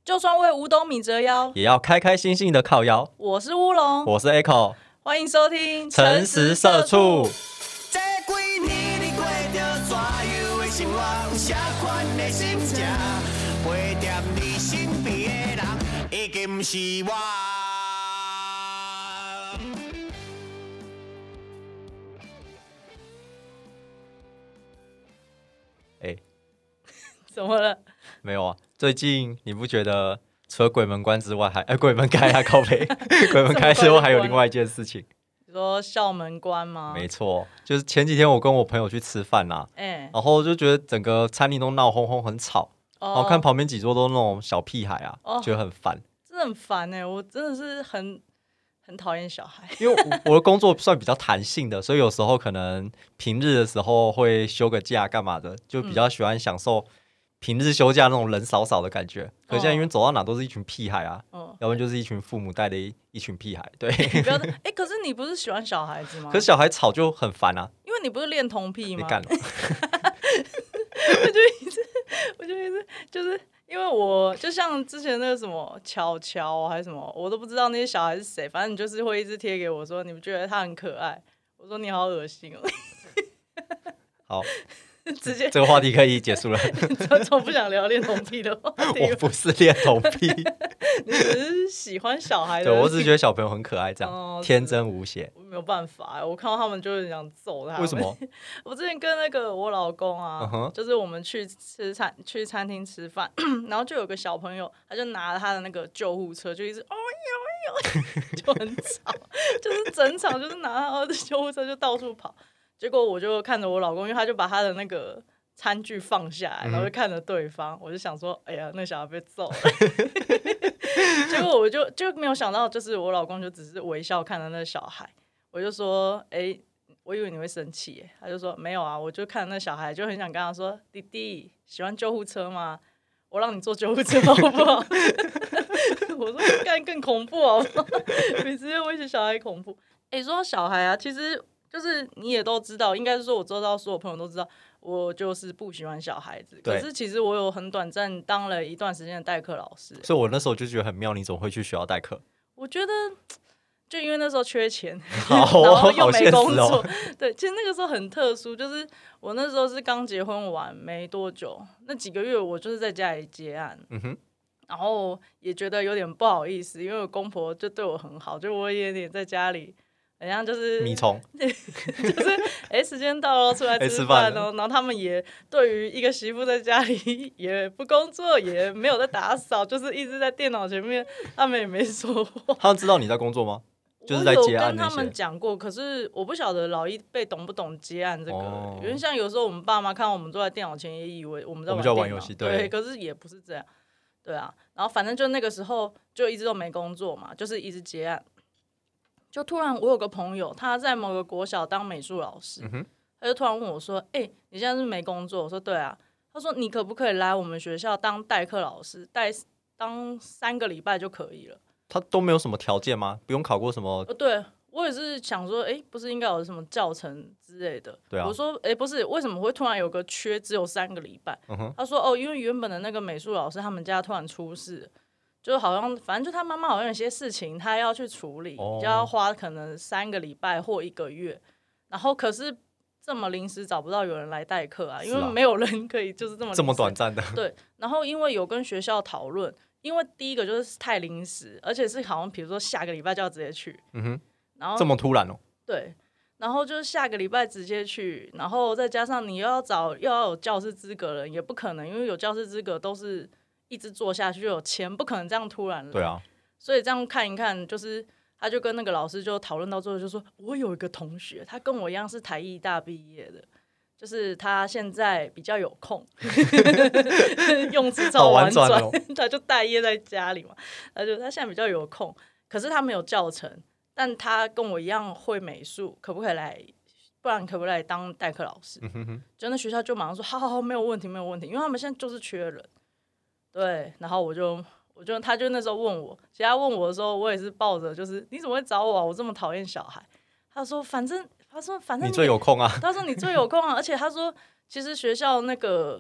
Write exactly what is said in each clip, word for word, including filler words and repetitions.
就算为五斗米折腰， 也要开开心心的靠腰。 我是乌龙， 我是 Echo， 欢迎收听诚实社畜。 这几年你过着怎样的生活？有啥款的心情？陪在你身边的人，已经不是我。 哎， 怎么了？ 没有啊，最近你不觉得除了鬼门关之外还，还、呃、鬼门开啊，靠北，鬼门开之后还有另外一件事情。 你说校门关吗？ 没错，就是前几天我跟我朋友去吃饭啦、 哎、 然后就觉得整个餐厅都闹哄哄，很吵。 哦然后看旁边几桌都那种小屁孩啊， 哦觉得很烦。 真的很烦哎、我真的是很很讨厌小孩。 因为我我的工作算比较弹性的，所以有时候可能平日的时候会休个假干嘛的，就比较喜欢享受平日休假那种人少少的感觉。可是现在因为走到哪都是一群屁孩啊， 嗯， 要不然就是一群父母带的一一群屁孩。对， 你不要哎、可是你不是喜欢小孩子吗？ 可是小孩吵就很烦啊， 因为你不是恋童癖吗？ 你干了。 我就一直，我就一直就是因为我就像之前那个什么巧巧还是什么，我都不知道那些小孩是谁，反正你就是会一直贴给我说，你们觉得他很可爱，我说你好恶心哦。 好， 直接这个话题可以结束了。 从从不想聊恋童癖的话题， 我不是恋童癖， 你只是喜欢小孩的。 对我只是觉得小朋友很可爱，这样、 哦天真无邪。 我没有办法，我看到他们就很想揍他们。 为什么？ 我之前跟那个我老公啊嗯哼就是我们去吃餐去餐厅吃饭，然后就有个小朋友，他就拿了他的那个救护车，就一直哦呦呦，就很吵，就是整场就是拿他的救护车就到处跑。结果我就看着我老公，因为他就把他的那个餐具放下来，然后就看着对方，我就想说，哎呀，那小孩被揍了。结果我就就没有想到，就是我老公就只是微笑看着那小孩，我就说，哎、欸，我以为你会生气耶，他就说没有啊，我就看那小孩，就很想跟他说，弟弟喜欢救护车吗？我让你坐救护车好不好？我说干更恐怖好不好？比直接威胁小孩恐怖。哎、欸，说到小孩啊，其实就是你也都知道，应该是说我周遭所有朋友都知道，我就是不喜欢小孩子。可是其实我有很短暂当了一段时间的代课老师， 所以我那时候就觉得很妙，你怎么会去学校代课？ 我觉得就因为那时候缺钱， 好然后又没工作。 哦、 对，其实那个时候很特殊，就是我那时候是刚结婚完没多久，那几个月我就是在家里接案。嗯哼。然后也觉得有点不好意思，因为我公婆就对我很好，就我也有点在家里。好像就是迷虫， 就是哎，时间到了，出来吃饭哦。然后他们也对于一个媳妇在家里也不工作，也没有在打扫，就是一直在电脑前面，他们也没说话。 他们知道你在工作吗？就是在接案那些。 我有跟他们讲过，可是我不晓得老一辈懂不懂接案这个。哦、因为像有时候我们爸妈看到我们坐在电脑前，也以为我们在玩电脑， 我们就玩游戏，对。 对，可是也不是这样，对啊。然后反正就那个时候就一直都没工作嘛，就是一直接案。就突然，我有个朋友，他在某个国小当美术老师，嗯、他就突然问我说：“哎、欸，你现在是不是没工作？”我说：“对啊。”他说：“你可不可以来我们学校当代课老师，带当三个礼拜就可以了？” 他都没有什么条件吗？不用考过什么？ 呃，对我也是想说，哎、欸，不是应该有什么教程之类的？ 对啊。 我说：“哎、欸，不是，为什么会突然有个缺，只有三个礼拜？”嗯、他说：“哦，因为原本的那个美术老师他们家突然出事。”就好像，反正就他妈妈好像有些事情，他要去处理，就要花可能三个礼拜或一个月。然后可是这么临时找不到有人来代课啊，因为没有人可以就是这么这么短暂的。 对，然后因为有跟学校讨论，因为第一个就是太临时，而且是好像比如说下个礼拜就要直接去，嗯哼，然后这么突然哦。 对，然后就是下个礼拜直接去，然后再加上你又要找又要有教师资格了，也不可能，因为有教师资格都是。一直做下去就有钱，不可能这样突然了。 对啊， 所以这样看一看，就是他就跟那个老师就讨论到最后，就说我有一个同学，他跟我一样是台艺大毕业的，就是他现在比较有空，用词超婉转， 哦、 他就待业在家里嘛，他就他现在比较有空，可是他没有教程，但他跟我一样会美术，可不可以来？不然可不可以来当代课老师？嗯、哼哼就那学校就马上说好好好，没有问题，没有问题，因为他们现在就是缺人。对，然后我就，我就，他就那时候问我，其实他问我的时候，我也是抱着就是你怎么会找我啊？我这么讨厌小孩。他说反正，他说反正 你, 你最有空啊。 他说你最有空啊，而且他说其实学校那个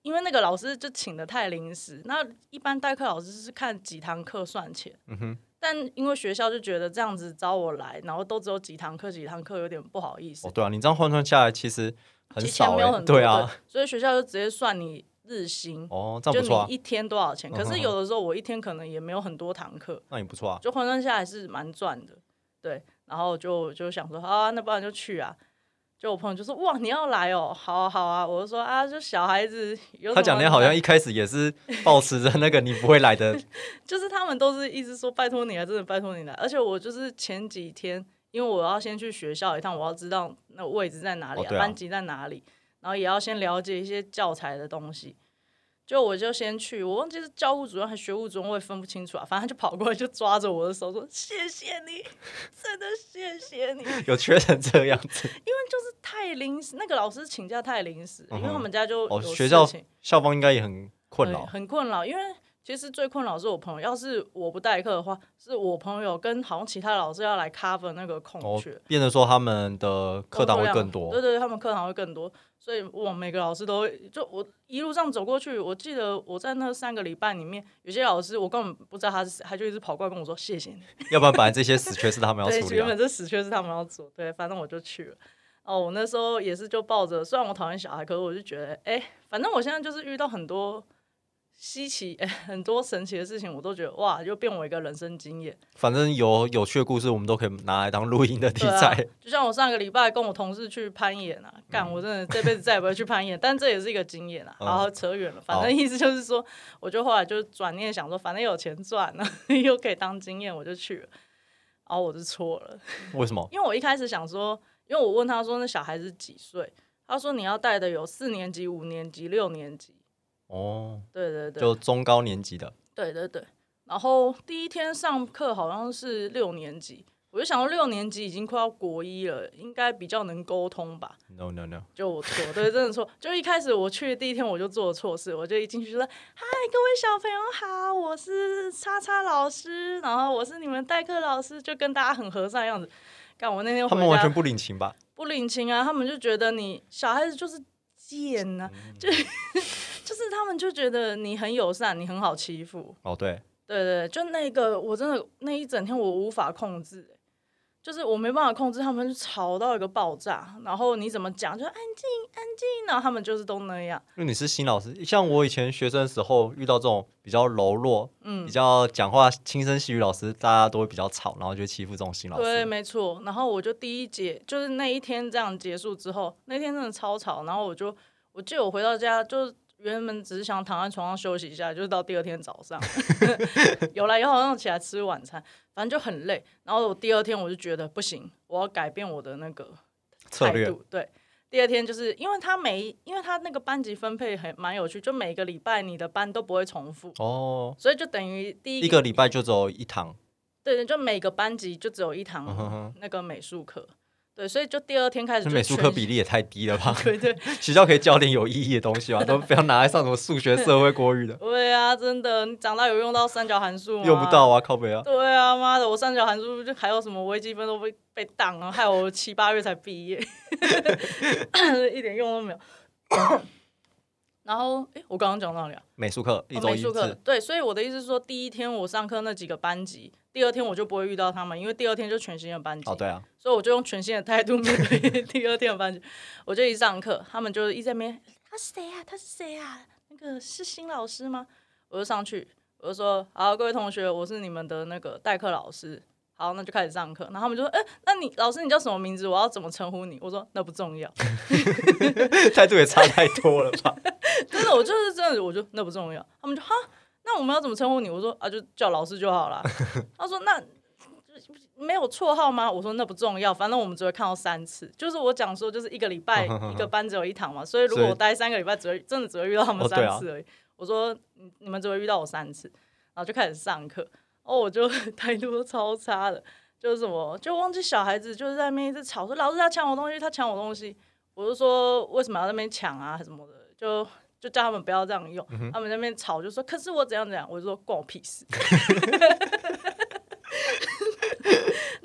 因为那个老师就请的太临时，那一般代课老师是看几堂课算钱， 嗯哼， 但因为学校就觉得这样子找我来，然后都只有几堂课，几堂课有点不好意思。 哦，对啊，你这样换算下来其实很其实少、欸， 钱没有很多， 对啊， 对，所以学校就直接算你日薪， 哦，这样不错、啊， 就你一天多少钱。 嗯哼哼可是有的时候我一天可能也没有很多堂课， 那也不错啊。 就换算下来是蛮赚的，对。然后就就想说，好啊，那不然就去啊。就我朋友就说，哇，你要来哦，好啊好啊。我就说啊，就小孩子有什么他讲的好像一开始也是抱持着那个你不会来的， 就是他们都是一直说拜托你来，真的拜托你来。而且我就是前几天，因为我要先去学校一趟，我要知道那位置在哪里、啊哦对啊班级在哪里，然后也要先了解一些教材的东西。就我就先去，我忘记是教务主任还是学务主任，我也分不清楚啊。反正他就跑过来，就抓着我的手说：“谢谢你，真的谢谢你。” 有缺成这样子。 因为就是太临时，那个老师请假太临时，因为他们家就有哦， 事情学校校方应该也很困扰， 很很困扰。因为其实最困扰是我朋友，要是我不代课的话，是我朋友跟好像其他老师要来 cover 那个空哦缺， 变成说他们的课堂会更多。 对对对，他们课堂会更多，所以我每个老师都会，就我一路上走过去，我记得我在那三个礼拜里面，有些老师我根本不知道他是谁，他就一直跑过来跟我说谢谢你。 要不然本来这些死缺是他们要处对， 理、啊。 原本这死缺是他们要做，对，反正我就去了。哦，我那时候也是就抱着，虽然我讨厌小孩，可是我就觉得，哎、欸，反正我现在就是遇到很多稀奇、欸、很多神奇的事情，我都觉得哇，就变我一个人生经验。 反正有有趣的故事，我们都可以拿来当录音的题材、 啊。就像我上个礼拜跟我同事去攀岩啊，干、嗯，我真的这辈子再也不会去攀岩，但这也是一个经验啊。然后扯远了，反正意思就是说，我就后来就转念想说，反正有钱赚了，又可以当经验，我就去了。然后我就错了。 为什么？ 因为我一开始想说，因为我问他说那小孩子几岁，他说你要带的有四年级、五年级、六年级。 哦， 对对对， 就中高年级的。 对对对，然后第一天上课好像是六年级，我就想说六年级已经快要国一了，应该比较能沟通吧。 No no no， 就我错，对，真的错。就一开始我去的第一天我就做了错事，我就一进去就说：“嗨，各位小朋友好，我是叉叉老师，然后我是你们代课老师，就跟大家很和善的样子。”干我那天回家他们完全不领情吧？ 不领情啊，他们就觉得你小孩子就是贱啊，嗯、就就是他们就觉得你很友善，你很好欺负。 哦，对， 对对，就那个我真的那一整天我无法控制，就是我没办法控制，他们就吵到一个爆炸，然后你怎么讲就安静安静，然后他们就是都那样。 因为你是新老师，像我以前学生的时候遇到这种比较柔弱、嗯、比较讲话轻声细语老师，大家都会比较吵，然后就会欺负这种新老师。 对，没错。然后我就第一节就是那一天这样结束之后，那天真的超吵，然后我就我记得我回到家就。原本只是想躺在床上休息一下，就是到第二天早上有来以后好像起来吃晚餐，反正就很累。然后我第二天我就觉得不行，我要改变我的那个策略。 对，第二天就是因为他每因为他那个班级分配很蛮有趣，就每个礼拜你的班都不会重复哦，所以就等于第一一个礼拜就只有一堂。 对，就每个班级就只有一堂那个美术课。对，所以就第二天开始就， 美术课比例也太低了吧？ 对对， 学校可以教点有意义的东西嘛，都不要拿来上什么数学、社会、国语的。 对啊，真的，你长大有用到三角函数吗？ 用不到啊，靠北啊。 对啊，妈的，我三角函数就还有什么微积分都被被当了，害我七八月才毕业，一点用都没有。然后，哎，我刚刚讲到哪里啊？ 美术课，一周一次、哦。美术课， 对，所以我的意思是说，第一天我上课那几个班级，第二天我就不会遇到他们，因为第二天就全新的班级。 哦，对啊。 所以我就用全新的态度面对第二天的班级。我就一上课，他们就一直在那边，他是谁啊？他是谁啊？那个是新老师吗？我就上去，我就说，好，各位同学，我是你们的那个代课老师。好，那就开始上课。然后他们就说：“哎、欸，那你老师你叫什么名字？我要怎么称呼你？”我说：“那不重要。” 态度也差太多了吧？ 真的，我就是真的，我就那不重要。他们就哈，那我们要怎么称呼你？我说：“啊，就叫老师就好了。”他说：“那没有绰号吗？”我说：“那不重要，反正我们只会看到三次。就是我讲说，就是一个礼拜一个班只有一堂嘛，所以如果我待三个礼拜，只会真的只会遇到他们三次而已。哦啊、我说：“你们只会遇到我三次。”然后就开始上课。哦，我就态度都超差的，就是什么，就忘记小孩子就是在那边一直吵，说老师他抢我东西，他抢我东西，我就說為什麼要在那邊搶啊什麼的，就就叫他們不要這樣用，嗯、他們在那邊吵就說可是我怎樣怎樣，我就說關我屁事。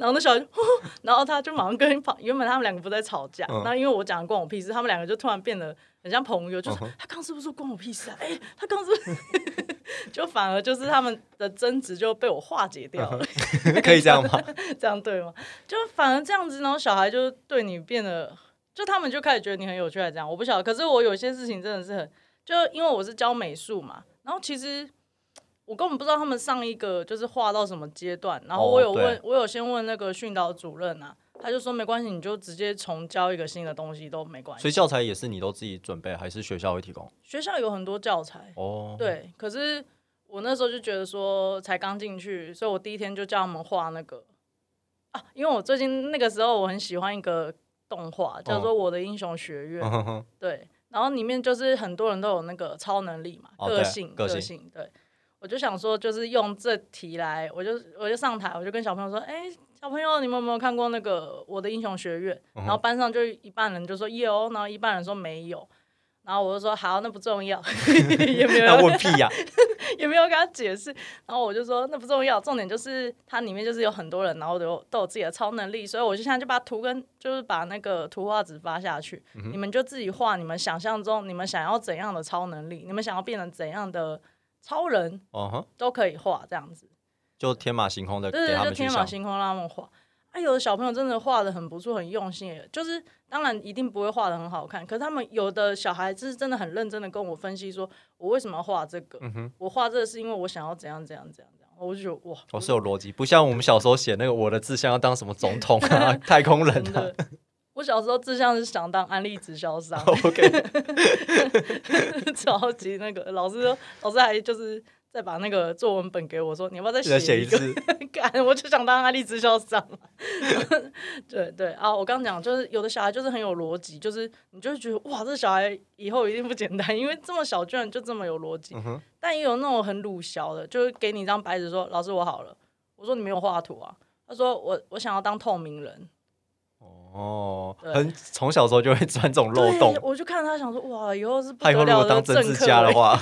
然后那小孩就，然后他就马上跟旁原本他们两个不在吵架， 嗯然后因为我讲的关我屁事，他们两个就突然变得很像朋友，就说、嗯、他刚是不是说关我屁事啊？哎、欸，他刚是不是就反而就是他们的争执就被我化解掉了， 嗯、可以这样吗？ 这样对吗？就反而这样子，然后小孩就对你变得，就他们就开始觉得你很有趣，还是这样，我不晓得。可是我有些事情真的是很，就因为我是教美术嘛，然后其实。我根本不知道他们上一个就是画到什么阶段，然后我有问，哦、我有先问那个训导主任啊，他就说没关系，你就直接重教一个新的东西都没关系。 所以教材也是你都自己准备，还是学校会提供？ 学校有很多教材哦，对。可是我那时候就觉得说，才刚进去，所以我第一天就叫他们画那个啊，因为我最近那个时候我很喜欢一个动画，叫做《我的英雄学院》，哦、对，然后里面就是很多人都有那个超能力嘛， 哦、 个性， 个性，性对。我就想说，就是用这题来，我就我就上台，我就跟小朋友说：“哎、欸，小朋友，你们有没有看过那个《我的英雄学院》嗯？”然后班上就一半人就说有，然后一半人说没有。然后我就说：“好，那不重要。”也没有要问屁呀、啊， 也没有跟他解释。然后我就说：“那不重要，重点就是它里面就是有很多人，然后都有都有自己的超能力，所以我就现在就把图跟就是把那个图画纸发下去、嗯，你们就自己画，你们想象中你们想要怎样的超能力，你们想要变成怎样的。”超人、uh-huh. 都可以画这样子， 就天马行空的给他们去想， 对，就天马行空让他们画。啊，有的小朋友真的画的很不错，很用心，就是当然一定不会画的很好看，可是他们有的小孩子是真的很认真的跟我分析说，我为什么要画这个、嗯？我画这个是因为我想要怎样怎样怎样怎样。我就觉得哇， 我、哦、是有逻辑，不像我们小时候写那个我的志向要当什么总统啊、太空人啊。 我小时候志向是想当安利直销商 ，OK， 超级那个老师，老师还就是再把那个作文本给我说，你要不要再写一个？干，我就想当安利直销商。对对啊，我刚讲就是有的小孩就是很有逻辑，就是你就会觉得哇，这小孩以后一定不简单，因为这么小居然就这么有逻辑、嗯。但也有那种很鲁小的，就是给你一张白纸说，老师我好了。我说你没有画图啊？他说我我想要当透明人。 哦，很从小时候就会钻这种漏洞。 我就看他想说，哇，以后是不他以后如果当政治家的话，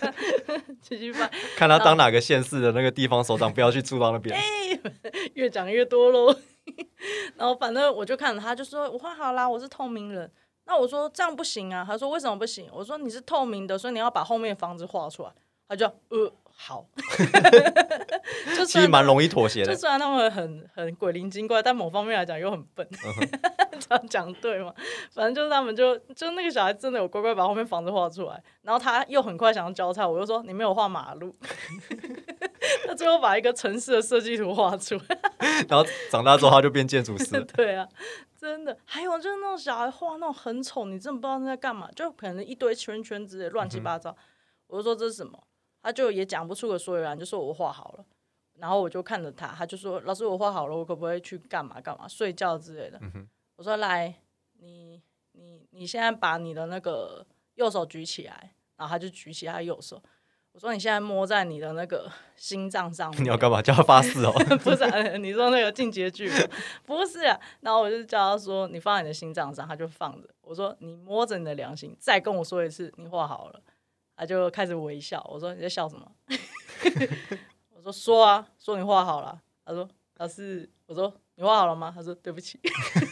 看他当哪个县市的那个地方首长，不要去住到那边。 欸、越讲越多咯。然后反正我就看他，就说我画好啦，我是透明人。那我说这样不行啊，他说为什么不行？我说你是透明的，所以你要把后面房子画出来。他就呃好， 就其实蛮容易妥协的。 就虽然他们很很鬼灵精怪，但某方面来讲又很笨。嗯、这样讲对吗？反正就是他们就就那个小孩真的有乖乖把后面房子画出来，然后他又很快想要交差，我就说你没有画马路。他最后把一个城市的设计图画出来， 然后长大之后他就变建筑师。 对啊，真的。还有就是那种小孩画那种很丑，你真的不知道他在干嘛，就可能一堆圈圈之类乱七八糟。嗯、我就说这是什么？他就也讲不出个所以然，就说我画好了，然后我就看着他，他就说老师我画好了，我可不可以去干嘛干嘛睡觉之类的？嗯、我说来，你你你现在把你的那个右手举起来，然后他就举起他的右手。我说你现在摸在你的那个心脏上面。 你要干嘛？叫他发誓哦？ 不是、啊，你说那个进阶剧不是啊？然后我就叫他说你放在你的心脏上，他就放着。我说你摸着你的良心，再跟我说一次，你画好了。他就开始微笑，我说你在笑什么？我说说啊，说你画好了。他说老师，我说你画好了吗？他说对不起。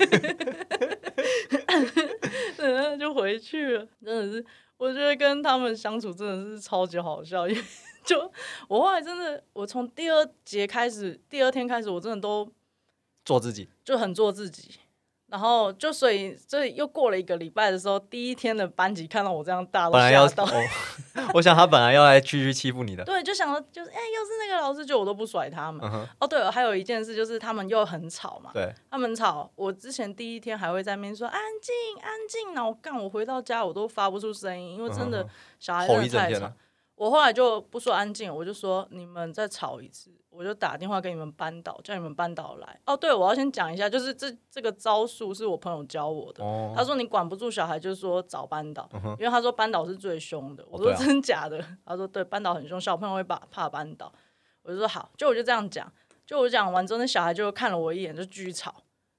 就回去了，真的是，我觉得跟他们相处真的是超级好笑，因为就我后来真的，我从第二节开始，第二天开始，我真的都做自己， 就很做自己。然后就所以，所以又过了一个礼拜的时候，第一天的班级看到我这样大， 本来要到、 哦，我想他本来要来继续欺负你的， 对，就想说就是哎、欸，又是那个老师，就我都不甩他们。嗯、哦，对了，还有一件事就是他们又很吵嘛， 对， 他们吵。我之前第一天还会在那边说安静安静，然后干，我回到家我都发不出声音，因为真的小孩真的太吵。我后来就不说安静，我就说你们再吵一次，我就打电话给你们班导，叫你们班导来。哦，对，我要先讲一下，就是这这个招数是我朋友教我的。哦、他说你管不住小孩，就是说找班导、嗯，因为他说班导是最凶的。我说真假的？哦啊、他说对，班导很凶，小朋友会怕怕班导。我就说好，就我就这样讲，就我讲完之后，那小孩就看了我一眼，就继续吵。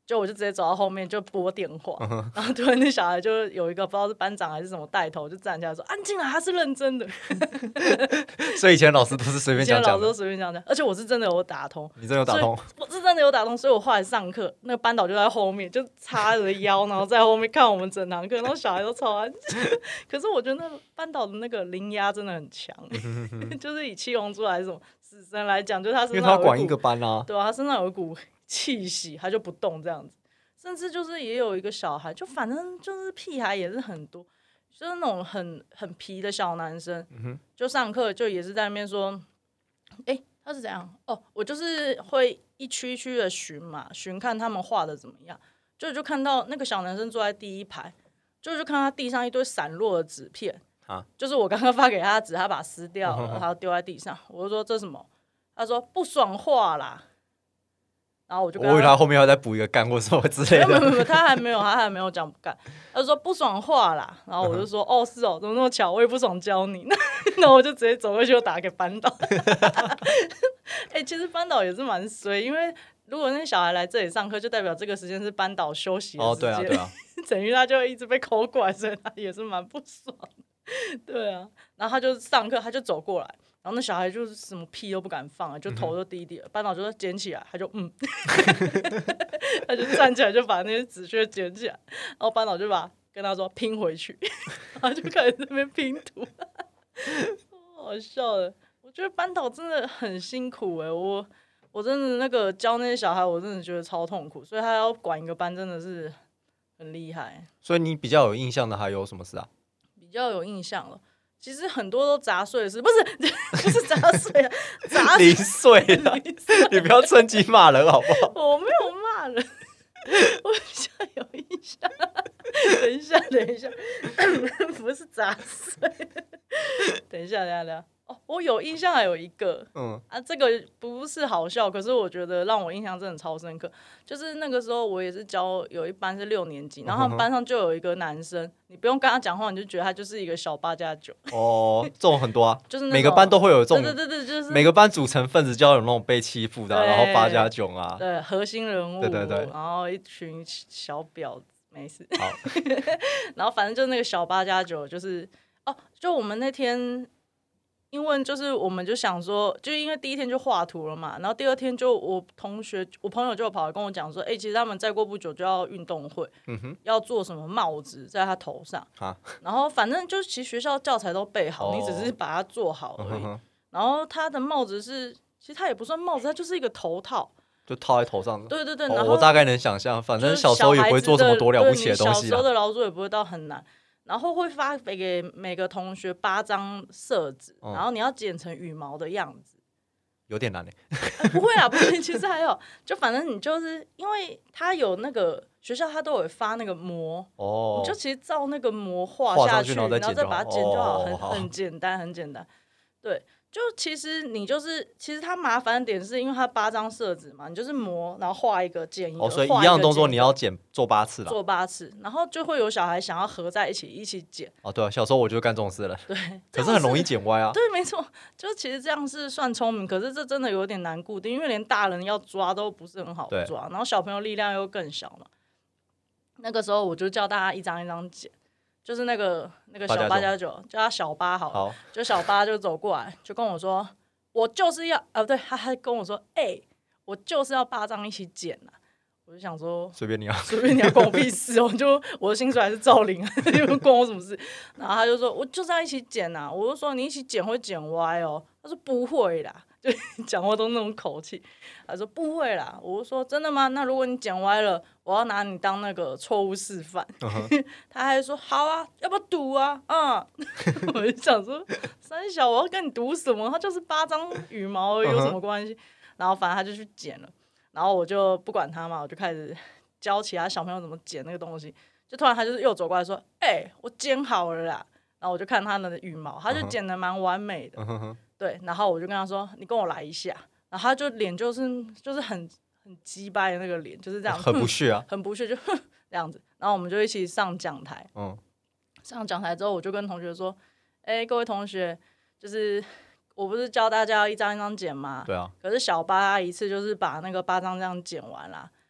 就我就直接走到后面就拨电话，嗯、然后突然那小孩就有一个不知道是班长还是什么带头就站起来说安静啊，他是认真的。 所以以前老师都是随便讲讲的， 以前老师都随便讲讲，而且我是真的有打通， 你真的有打通， 我是真的有打通，所以我后来上课那个班导就在后面就叉着腰，然后在后面看我们整堂课，然后小孩都超安静。可是我觉得那班导的那个灵压真的很强，就是以七龙珠还是什么死神来讲，就是他身上有一股， 因为他管一个班啊， 对啊，他身上有一股气息，他就不动这样子。甚至就是也有一个小孩，就反正就是屁孩也是很多，就是那种很很皮的小男生，嗯、就上课就也是在那边说，哎、欸，他是怎样？哦，我就是会一区一区的巡嘛，巡看他们画的怎么样。就就看到那个小男生坐在第一排，就就看到他地上一堆散落的纸片，啊、就是我刚刚发给他的纸，他把它撕掉了，然后丢在地上。我就说这是什么？他说不爽画啦。然后我就跟他， 我以为他后面要再补一个干或什么之类的， 没有没有没有，他还没有，他还没有讲干，他就说不爽画啦，然后我就说哦是哦，怎么那么巧，我也不爽教你，那我就直接走过去就打给班导。哎、欸，其实班导也是蛮衰，因为如果那小孩来这里上课，就代表这个时间是班导休息的时间，哦对啊对啊，等于他就一直被扣过来，所以他也是蛮不爽的，对啊，然后他就上课，他就走过来。然后那小孩就是什么屁都不敢放，就头都低低了。嗯、班导就说捡起来，他就嗯，他就站起来就把那些纸屑捡起来，然后班导就把跟他说拼回去，然后就开始在那边拼图，好笑的。我觉得班导真的很辛苦哎、欸，我我真的那个教那些小孩，我真的觉得超痛苦，所以他要管一个班真的是很厉害。 所以你比较有印象的还有什么事啊？ 比较有印象了。其实很多都杂碎的事，不是不是杂碎啊，杂零碎了，你不要趁机骂人好不好？ 我没有骂人，我比较有印象。等一下，等一下，不是杂碎。等一下，等一下，等一下。哦，我有印象还有一个，嗯啊，这个不是好笑，可是我觉得让我印象真的超深刻。就是那个时候我也是教有一班是六年级，然后他们班上就有一个男生，你不用跟他讲话，你就觉得他就是一个小八加九。 哦，这种很多啊， 就是每个班都会有这种， 对对对对，就是每个班组成分子就要有那种被欺负的、啊，然后八加九啊， 对，核心人物， 对对对， 然后一群小婊子，没事。 好， 然后反正就那个小八加九，就是哦，就我们那天。因为就是我们就想说，就因为第一天就画图了嘛，然后第二天就我同学我朋友就跑来跟我讲说，哎、欸，其实他们再过不久就要运动会，嗯哼，要做什么帽子在他头上，然后反正就其实学校教材都备好，哦、你只是把它做好而已。嗯、然后他的帽子是，其实它也不算帽子，它就是一个头套。 就套在头上的， 对对对， 哦、 然后我大概能想象，反正小时候也不会做什么多了不起的东西、啊、 小时候的劳作也不会到很难。然后会发给每个同学八张色纸，嗯、然后你要剪成羽毛的样子， 有点难嘞、 欸。不会啊，不会，其实还好，就反正你就是因为他有那个学校，他都有发那个模，哦，你就其实照那个模画下去， 然后 再, 然后再把它剪就好， 哦、 很好很简单，很简单，对。就其实你就是，其实它麻烦的点是因为它八张色纸嘛，你就是磨，然后画一个剪一个， 哦，所以一样的动作你要剪做八次啦， 做八次，然后就会有小孩想要合在一起一起剪。 哦，对啊，小时候我就干这种事了， 对， 可是很容易剪歪啊。 对，没错，就其实这样是算聪明，可是这真的有点难固定，因为连大人要抓都不是很好抓，然后小朋友力量又更小嘛。那个时候我就叫大家一张一张剪。就是那个那个小八加九，叫他小八好了，好，就小八就走过来，就跟我说，我就是要啊，不对，他还跟我说，哎、欸，我就是要八张一起剪啊。我就想说， 随便你啊， 随便你要关我屁事哦，就我的薪水还是照领，因为关我什么事？然后他就说，我就是要一起剪啊。我就说你一起剪会剪歪哦，他说不会啦。就讲话都那种口气，他说不会啦，我就说真的吗？那如果你剪歪了，我要拿你当那个错误示范。Uh-huh. 他还说好啊，要不要赌啊？啊、嗯，我就想说三小，我要跟你赌什么？他就是八张羽毛而已，有什么关系？ Uh-huh. 然后反正他就去剪了，然后我就不管他嘛，我就开始教其他小朋友怎么剪那个东西。就突然他就是又走过来说，哎、欸，我剪好了啦。然后我就看他的羽毛，他就剪得蛮完美的。Uh-huh.对，然后我就跟他说：“你跟我来一下。”然后他就脸就是就是很很鸡掰的那个脸，就是这样， 很不屑啊， 很不屑，就哼这样子。然后我们就一起上讲台。嗯。上讲台之后，我就跟同学说：“哎，各位同学，就是我不是教大家要一张一张剪吗？对啊。可是小八一次就是把那个八张这样剪完啦。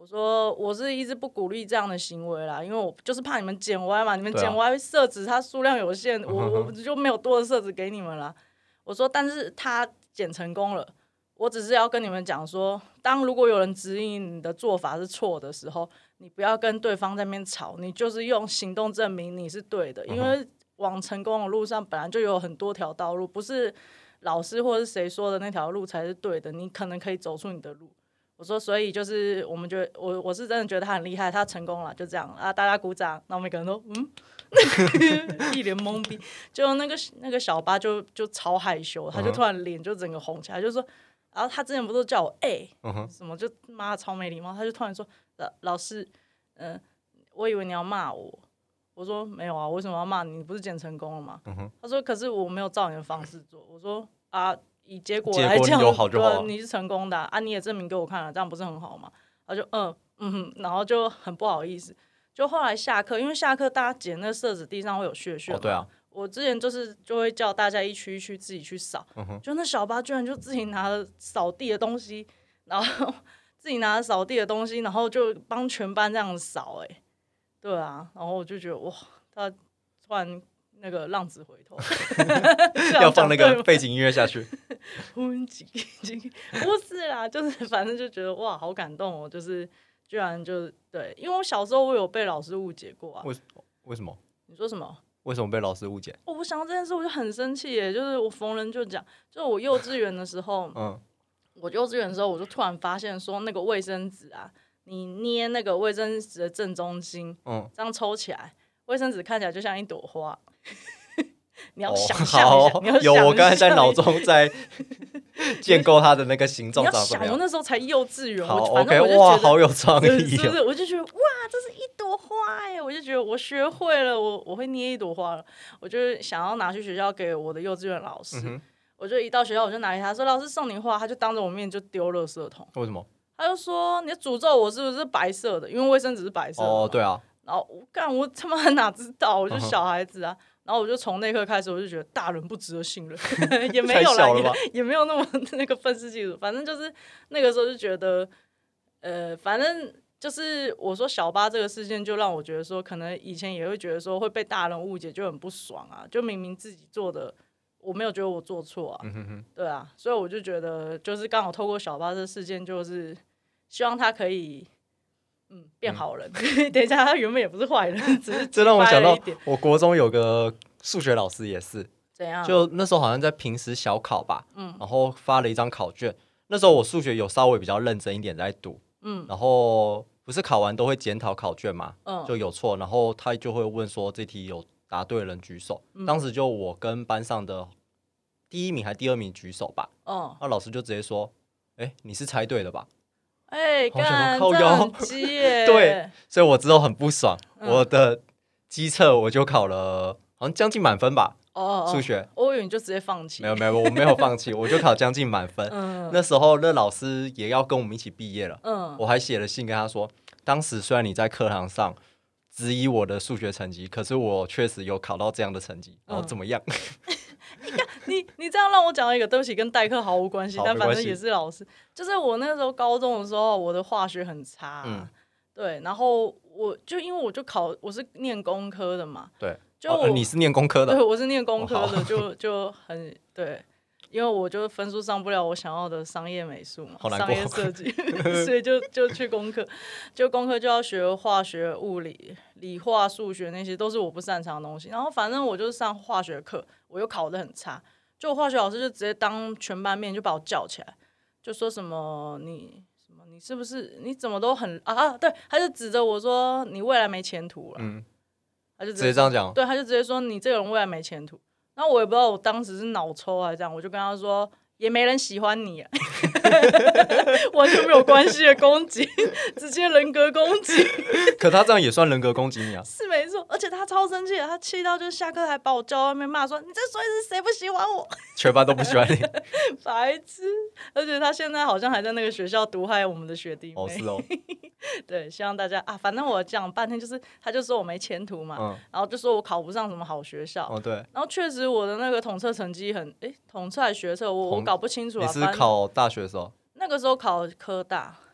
我说我是一直不鼓励这样的行为啦，因为我就是怕你们剪歪嘛，你们对啊剪歪色纸它数量有限，我嗯哼哼我就没有多的色纸给你们啦。我说，但是他剪成功了，我只是要跟你们讲说，当如果有人质疑你的做法是错的时候，你不要跟对方在那边吵，你就是用行动证明你是对的，因为往成功的路上本来就有很多条道路，不是老师或是谁说的那条路才是对的，你可能可以走出你的路。我说，所以就是我们觉得我我是真的觉得他很厉害，他成功了，就这样啊，大家鼓掌。然后每个人都嗯，一脸懵逼。就那个那个小八就就超害羞，他就突然脸就整个红起来，就说，然后他之前不是叫我哎、欸嗯、 什么就妈超没礼貌，他就突然说老老师，嗯、呃，我以为你要骂我。我说没有啊，为什么要骂你？你不是剪成功了吗？ 嗯、 他说可是我没有照你的方式做。我说啊。以结果来讲， 有好就好、啊， 你是成功的 啊, 啊，你也证明给我看了，这样不是很好吗？他就嗯嗯哼，然后就很不好意思。就后来下课，因为下课大家捡那个色纸地上会有屑屑嘛、 哦，对啊， 我之前就是就会叫大家一区一区自己去扫、 嗯， 就那小八居然就自己拿了扫地的东西，然后自己拿了扫地的东西，然后就帮全班这样扫，哎，对啊，然后我就觉得哇，他突然。那个浪子回头要放那个背景音乐下去不是啦，就是反正就觉得哇好感动哦，就是居然就对，因为我小时候我有被老师误解过啊。 为为什么？ 你说什么？ 为什么被老师误解？ 哦，我想到这件事我就很生气耶，就是我逢人就讲，就是我幼稚园的时候，嗯，我幼稚园的时候我就突然发现说那个卫生纸啊，你捏那个卫生纸的正中心，嗯，这样抽起来，卫生纸看起来就像一朵花。你要想象一下， 哦、 你要有我刚才在脑中在建构它的那个形状长什么样。 你要想，我那时候才幼稚园， 好我反正我就觉得 OK， 哇，好有创意、哦， 是不是？我就觉得哇，这是一朵花耶！我就觉得我学会了，我我会捏一朵花了。我就想要拿去学校给我的幼稚园老师、嗯，我就一到学校我就拿给他说：“老师送你花。”他就当着我面就丢垃圾桶。 为什么？ 他就说：“你诅咒我是不是白色的？因为卫生纸是白色的。” 哦，对啊。 然后我干，我他妈哪知道？我就小孩子啊。嗯，然后我就从那刻开始，我就觉得大人不值得信任，也没有啦，也也没有那么那个愤世嫉俗。反正就是那个时候就觉得，呃，反正就是我说小八这个事件，就让我觉得说，可能以前也会觉得说会被大人误解，就很不爽啊。就明明自己做的，我没有觉得我做错啊， 嗯哼哼，对啊，所以我就觉得，就是刚好透过小八这个事件，就是希望他可以。嗯，变好人。嗯、等一下，他原本也不是坏人，只是这让我想到，我国中有个数学老师也是， 怎样？ 就那时候好像在平时小考吧，嗯，然后发了一张考卷。那时候我数学有稍微比较认真一点在读，嗯，然后不是考完都会检讨考卷嘛，嗯，就有错，然后他就会问说这题有答对的人举手。嗯、当时就我跟班上的第一名还第二名举手吧，嗯，那老师就直接说，哎、欸，你是猜对的吧？ 哎、欸，干，这很鸡耶！ 对，所以我之后很不爽，嗯、我的基测我就考了，好像将近满分吧。哦，数学， 我以为你就直接放弃。 没有没有，我没有放弃，我就考将近满分。嗯，那时候那老师也要跟我们一起毕业了。嗯，我还写了信跟他说，当时虽然你在课堂上质疑我的数学成绩，可是我确实有考到这样的成绩，然后怎么样？ 嗯你你这样让我讲到一个，对不起，跟代课毫无关系，但反正也是老师。就是我那时候高中的时候，我的化学很差、啊嗯，对，然后我就因为我就考，我是念工科的嘛， 对， 就我、 哦、你是念工科的， 对，我是念工科的，哦、就就很对，因为我就分数上不了我想要的商业美术嘛，商业设计，所以就就去工科，就工科就要学化学、物理、理化、数学那些都是我不擅长的东西，然后反正我就是上化学课。我又考得很差，就我化学老师就直接当全班面就把我叫起来，就说什么你什么你是不是你怎么都很啊啊对，他就指着我说你未来没前途了，嗯，他就直 接, 直接这样讲， 对，他就直接说你这个人未来没前途，然后我也不知道我当时是脑抽还是这样，我就跟他说。也没人喜欢你、啊，完全没有关系的攻击，直接人格攻击。 可他这样也算人格攻击你啊？ 是没错，而且他超生气的，他气到就是下课还把我叫到外面骂说：“你这所以是谁不喜欢我？” 全班都不喜欢你， 白痴！而且他现在好像还在那个学校毒害我们的学弟妹。 哦，是哦。 对，希望大家啊，反正我讲半天就是，他就说我没前途嘛，嗯、然后就说我考不上什么好学校。 哦，对。 然后确实我的那个统测成绩很，哎，统测还学测，我我搞不清楚啊。 你是考大学的时候？ 那个时候考科大。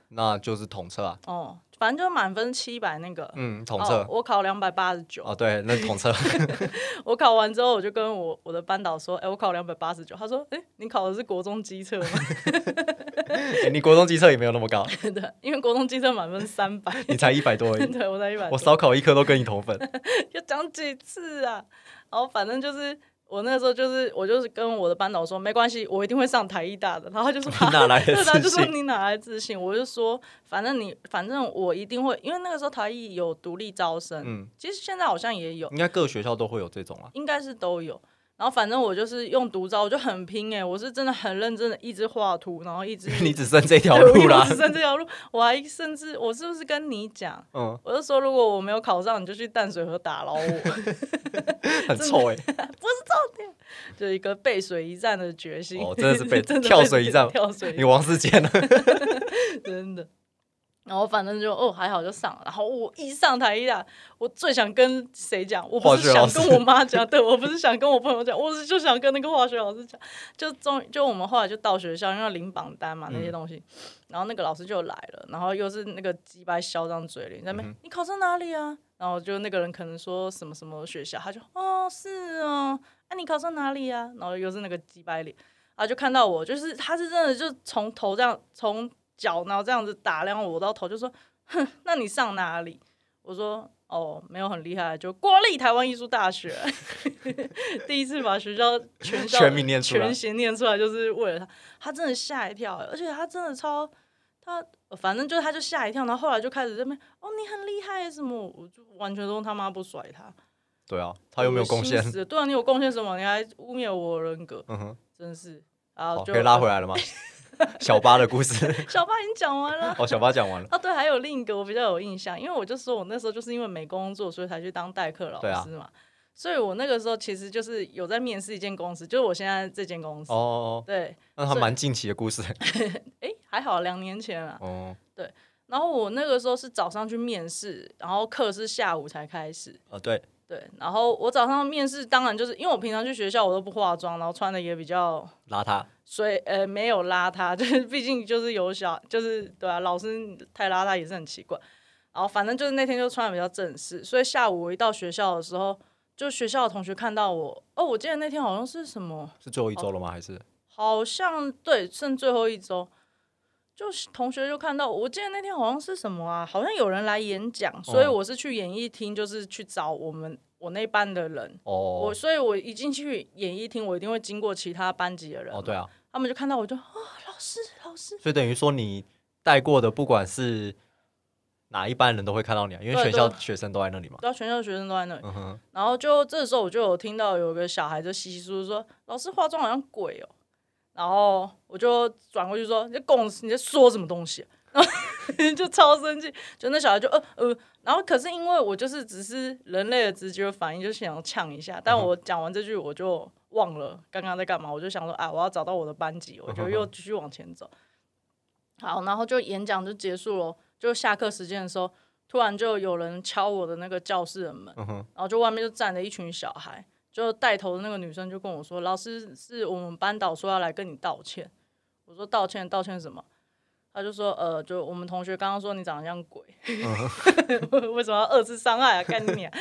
那就是统测啊。 哦，反正就满分七百那个。 嗯，统测、 哦。我考两百八十九。 哦，对，那是统测。 我考完之后，我就跟我我的班导说：“哎、欸，我考两百八十九。”他说：“哎、欸，你考的是国中基测吗？” 欸、你国中基测也没有那么高。 对，因为国中基测满分三百， 你才一百多而已。 对，我才一百。 我少考一科都跟你同分。 要讲几次啊？然后反正就是我那时候就是我就是跟我的班导说没关系，我一定会上台艺大的。然后他就说你哪来的自信？ 他就说你哪来自信？我就说反正你反正我一定会，因为那个时候台艺有独立招生，嗯，其实现在好像也有， 应该各学校都会有这种啊， 应该是都有。然后反正我就是用独招，我就很拼哎、欸，我是真的很认真的，一直画图，然后一直。 你只剩这条路啦， 我只剩这条路，我还甚至我是不是跟你讲？嗯，我就说如果我没有考上，你就去淡水河打捞我。 很臭哎、欸， 不是重点，就一个背水一战的决心。 哦，真的是背跳水一战， 跳水一战， 你王世坚了， 真的。然后反正就哦还好就上了，然后我一上台艺大，我最想跟谁讲？我不是想跟我妈讲，对我不是想跟我朋友讲，我是就想跟那个化学老师讲。就终就我们后来就到学校，因为要领榜单嘛那些东西，嗯、然后那个老师就来了，然后又是那个鸡掰嚣张嘴脸在那边、嗯，你考上哪里啊？然后就那个人可能说什么什么学校，他就哦是哦，哎、啊、你考上哪里啊？然后又是那个鸡掰脸，啊就看到我，就是他是真的就从头这样从。脚然后这样子打量我到头，就说：“哼，那你上哪里？”我说：“哦，没有很厉害，就国立台湾艺术大学。”第一次把学校全校全名念出来， 全衔念出来，就是为了他。他真的吓一跳，而且他真的超他，反正就他就吓一跳，然后后来就开始在那边哦，你很厉害什么？我就完全都他妈不甩他。 对啊，他有没有贡献？ 对啊，你有贡献什么？你还污蔑我人格，嗯哼，真是。然后就可以拉回来了吗？小八的故事， 小八已经讲完了。 哦，小八讲完了。 哦，对，还有另一个我比较有印象，因为我就说我那时候就是因为没工作，所以才去当代课老师嘛。啊、所以我那个时候其实就是有在面试一间公司，就是我现在这间公司。哦，对， 那还蛮近期的故事。 哎，还好，两年前了。哦，对。然后我那个时候是早上去面试，然后课是下午才开始。 哦，对。 对，然后我早上面试，当然就是因为我平常去学校我都不化妆，然后穿的也比较邋遢， 所以呃没有邋遢，就是毕竟就是有小，就是对啊，老师太邋遢也是很奇怪。然后反正就是那天就穿的比较正式，所以下午我一到学校的时候，就学校的同学看到我，哦，我记得那天好像是什么， 是最后一周了吗？还是好像对，剩最后一周。就同学就看到我，我记得那天好像是什么啊，好像有人来演讲，所以我是去演艺厅，就是去找我们我那班的人。哦，我所以我一进去演艺厅，我一定会经过其他班级的人。 哦，对啊， 他们就看到我就，哦，老师，老师。 所以等于说你带过的，不管是哪一班人都会看到你啊，因为全校学生都在那里嘛。 对啊，全校学生都在那里。嗯哼。然后就这时候我就有听到有个小孩就稀稀疏疏说，老师化妆好像鬼哦。然后我就转过去说：“你在公你在说什么东西、啊？”然后就超生气，就那小孩就呃呃，然后可是因为我就是只是人类的直觉反应，就想呛一下。但我讲完这句我就忘了刚刚在干嘛，我就想说啊，我要找到我的班级，我就又继续往前走。好，然后就演讲就结束了，就下课时间的时候，突然就有人敲我的那个教室的门，然后就外面就站着一群小孩。就带头的那个女生就跟我说：“老师是我们班导说要来跟你道歉。”我说：“道歉？道歉什么？”他就说：“呃，就我们同学刚刚说你长得像鬼，嗯、为什么要二次伤害啊？干你啊！”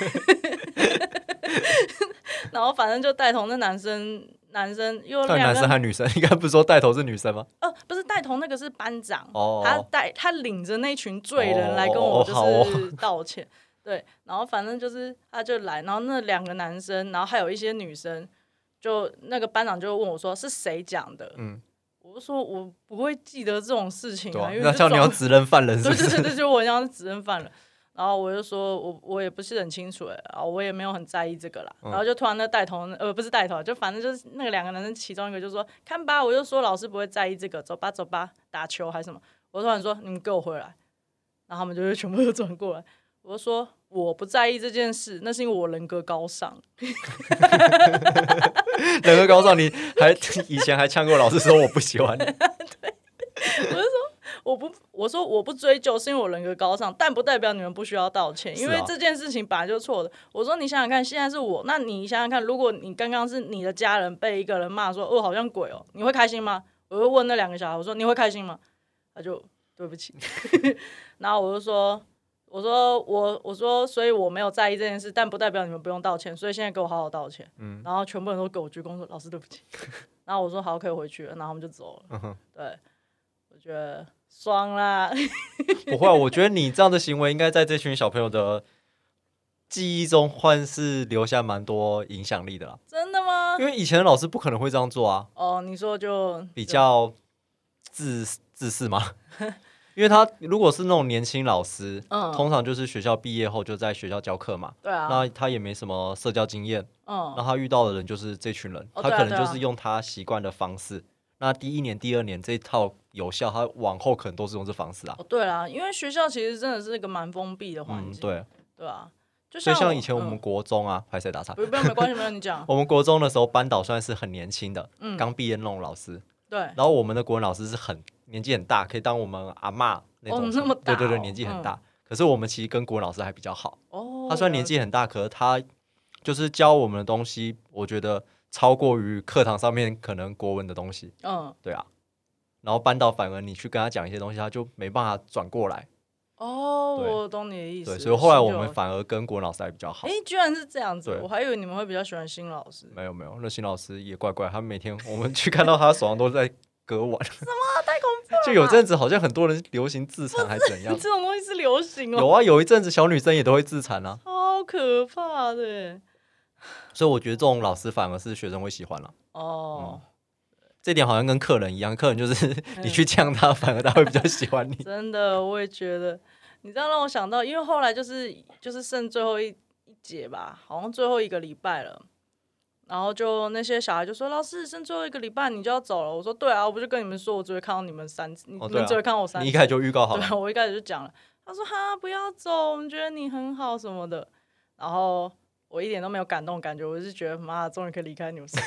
然后反正就带头那男生，男生又两个男生和女生，应该不是说带头是女生吗？ 呃，不是带头那个是班长，哦、他带他领着那群罪人来跟我就是道歉。哦哦对，然后反正就是他就来，然后那两个男生，然后还有一些女生，就那个班长就问我说是谁讲的，嗯，我就说我不会记得这种事情啊，啊因为那叫你要指认犯人是不是？ 对对对对，就我要指认犯人，然后我就说我我也不是很清楚哎，然后我也没有很在意这个啦，嗯、然后就突然那带头呃不是带头，就反正就是那个两个男生其中一个就说看吧，我就说老师不会在意这个，走吧走吧，打球还是什么，我突然说你们给我回来，然后他们就全部都转过来。我就说我不在意这件事，那是因为我人格高尚。 人格高尚，你还以前还呛过老师说我不喜欢你。 对，我就说我不，我说我不追究，是因为我人格高尚，但不代表你们不需要道歉，因为这件事情本来就错的。我说你想想看，现在是我，那你想想看，如果你刚刚是你的家人被一个人骂说哦好像鬼哦，你会开心吗？我会问那两个小孩，我说你会开心吗？他就。 对不起。然后我就说，我说我我说，所以我没有在意这件事，但不代表你们不用道歉，所以现在给我好好道歉。嗯、然后全部人都给我鞠躬说，老师对不起。然后我说好，可以回去了，然后他们就走了。嗯、对，我觉得爽啦。 不会、啊，我觉得你这样的行为应该在这群小朋友的记忆中，算是留下蛮多影响力的啦。 真的吗？ 因为以前的老师不可能会这样做啊。 哦，你说就比较自自私吗？因为他如果是那种年轻老师，嗯、通常就是学校毕业后就在学校教课嘛， 对啊， 那他也没什么社交经验，嗯，那他遇到的人就是这群人， 哦、 他可能就是用他习惯的方式。啊啊、那第一年、第二年这一套有效，他往后可能都是用这方式啊。 哦，对啦，因为学校其实真的是一个蛮封闭的环境，嗯， 对， 对啊。就像所以像以前我们国中啊，拍谁打岔？ 不用，没关系，没有你讲。 我们国中的时候，班导算是很年轻的，刚、嗯、毕业那种老师。 对。 然后我们的国文老师是很年纪很大，可以当我们阿嬷那种。 哦，那么大、哦。 对对对，年纪很大。嗯、可是我们其实跟国文老师还比较好。哦。他虽然年纪很大，可是他就是教我们的东西，我觉得超过于课堂上面可能国文的东西。嗯。对啊。然后班导反而你去跟他讲一些东西，他就没办法转过来。 哦，我懂你的意思。 对，所以后来我们反而跟国文老师还比较好。 哎，居然是这样子，我还以为你们会比较喜欢新老师。 没有没有，那新老师也怪怪，他每天我们去看到他手上都在割腕。 什么？太恐怖了！ 就有阵子好像很多人流行自残，还怎样？ 这种东西是流行哦。 有啊，有一阵子小女生也都会自残啊， 超可怕的。 所以我觉得这种老师反而是学生会喜欢了。哦。嗯，这点好像跟客人一样，客人就是你去呛他，反而他会比较喜欢你。 真的，我也觉得。你这样让我想到，因为后来就是就是剩最后一一节吧，好像最后一个礼拜了，然后就那些小孩就说：“老师，剩最后一个礼拜你就要走了。”我说：“对啊，我不就跟你们说，我只会看到你们三次， 哦、 你们只会看到我三次。” 你一开始就预告好了。 对，我一开始就讲了。他说：“哈，不要走，我们觉得你很好什么的。”然后我一点都没有感动感觉，我是觉得妈，终于可以离开纽斯，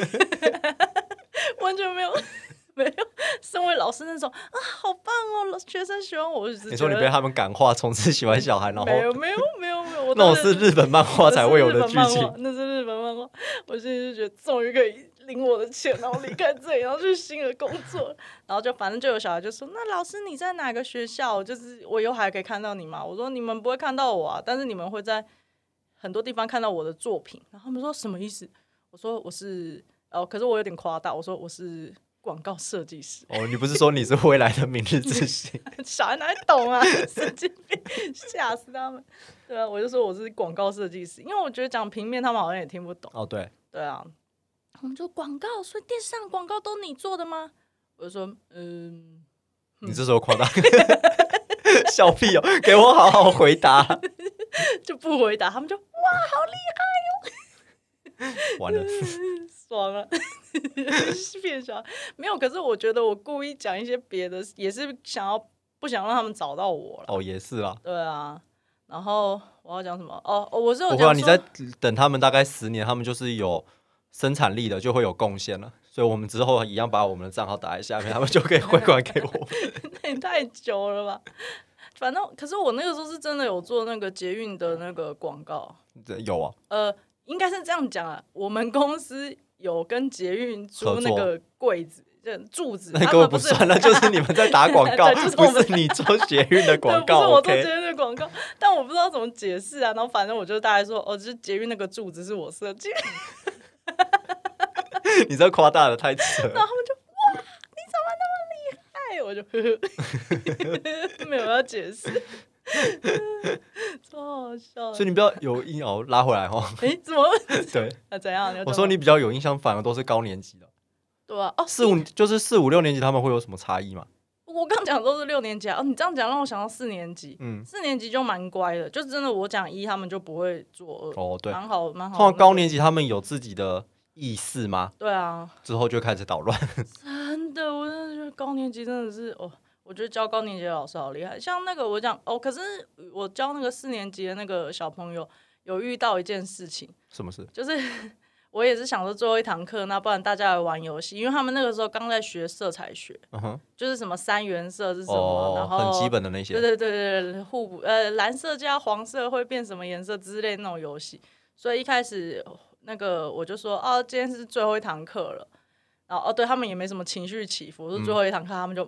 完全没有。没有，身为老师那种啊，好棒哦！学生喜欢我，就是你说你被他们感化，从此喜欢小孩，然后没有没有没有没有， 那种是日本漫画才会有的剧情， 那是日本漫画。我现在就觉得终于可以领我的钱，然后离开这里，然后去新的工作，然后就反正就有小孩就说：“那老师你在哪个学校？就是我以后还可以看到你吗？”我说：“你们不会看到我啊，但是你们会在很多地方看到我的作品。”然后他们说：“什么意思？”我说：“我是哦，可是我有点夸大，我说我是。”广告设计师哦，你不是说你是未来的明日之星？ 小孩哪里懂啊？神经病，吓死他们！对啊，我就说我是广告设计师，因为我觉得讲平面他们好像也听不懂。 哦，对， 对啊，我们就广告，所以电视上广告都你做的吗？我就说，嗯， 你这时候夸大，笑屁哦，给我好好回答， 就不回答，他们就哇，好厉害哦， 完了。 爽了，变小没有。可是我觉得我故意讲一些别的，也是想要不想让他们找到我了。 哦，也是啦。 对啊，然后我要讲什么？哦，我是有讲说，你在等他们大概十年，他们就是有生产力的，就会有贡献了。所以我们之后一样把我们的账号打在下面，他们就可以汇款给我。 那也太久了吧？反正，可是我那个时候是真的有做那个捷运的那个广告。 有啊。 呃，应该是这样讲啊，我们公司。有跟捷运租那个柜子、柱子， 那个不算了，就是你们在打广告，不是你做捷运的广告。 不是我做捷运的广告，但我不知道怎么解释啊。然后反正我就大概说，哦，就是捷运那个柱子是我设计。 你这夸大的太扯了。 然后他们就哇，你怎么那么厉害？我就呵呵没有要解释。超好笑的， 所以你比较有印象拉回来哈。 哎，怎么？ 对， 那、啊、怎样？ 我说你比较有印象，反而都是高年级的。 对啊，哦， 四五就是四五六年级，他们会有什么差异吗？ 我刚讲都是六年级啊，哦，你这样讲让我想到四年级。嗯，四年级就蛮乖的，就真的我讲一，他们就不会做二。 哦，对， 蛮好，蛮好。 通常高年级他们有自己的意识吗？ 对啊， 之后就开始捣乱。 真的，我真的觉得高年级真的是哦。我觉得教高年级的老师好厉害，像那个我讲哦，可是我教那个四年级的那个小朋友有遇到一件事情。 什么事？ 就是我也是想说最后一堂课，那不然大家来玩游戏，因为他们那个时候刚在学色彩学，uh-huh. 就是什么三原色是什么，哦，然后很基本的那些， 对对对对，互补呃蓝色加黄色会变什么颜色之类的那种游戏，所以一开始那个我就说哦，今天是最后一堂课了，然后哦对他们也没什么情绪起伏，说最后一堂课他们就嗯。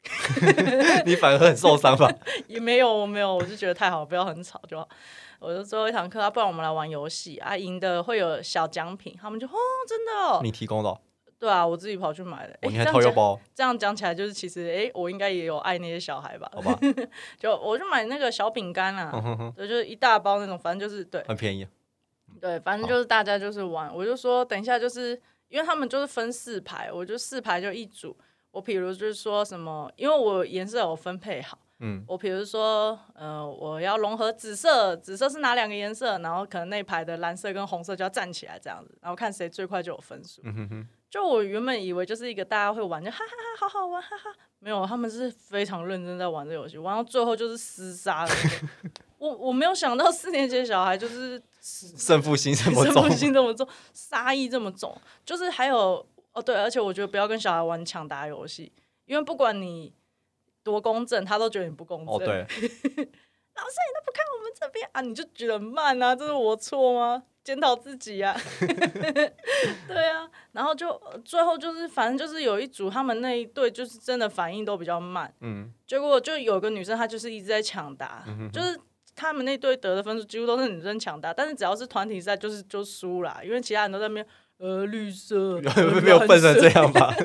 你反而很受伤吧？ 也没有，我没有，我就觉得太好，不要很吵就好。我就最后一堂课，啊，不然我们来玩游戏啊，赢的会有小奖品。他们就哦，真的哦， 你提供的、哦？ 对啊，我自己跑去买的。 哦、你还掏腰包？ 这样讲起来，就是其实哎，我应该也有爱那些小孩吧？ 好吧， 就我就买那个小饼干啊， 嗯哼哼对，就是一大包那种，反正就是对， 很便宜。 对，反正就是大家就是玩。我就说等一下，就是因为他们就是分四排，我就四排就一组。我比如就是说什么，因为我颜色有分配好。嗯，我比如说，呃，我要融合紫色，紫色是哪两个颜色？然后可能那排的蓝色跟红色就要站起来这样子，然后看谁最快就有分数。嗯哼哼。就我原本以为就是一个大家会玩，就哈哈哈，好好玩，哈哈。没有，他们是非常认真在玩这游戏，玩到最后就是厮杀的、那個。我我没有想到四年级的小孩就是胜负心这么重， 胜负心这么重，杀意这么重，就是还有哦对，而且我觉得不要跟小孩玩抢答游戏，因为不管你多公正，他都觉得你不公正。 哦，对， 老师你都不看我们这边啊，你就觉得很慢啊，这是我错吗？检讨自己啊。对啊，然后就最后就是反正就是有一组他们那一队就是真的反应都比较慢，嗯，结果就有个女生她就是一直在抢答，嗯、就是他们那队得的分数几乎都是女生抢答，但是只要是团体赛就是就输啦，因为其他人都在那边呃绿色， 没有笨成这样吧？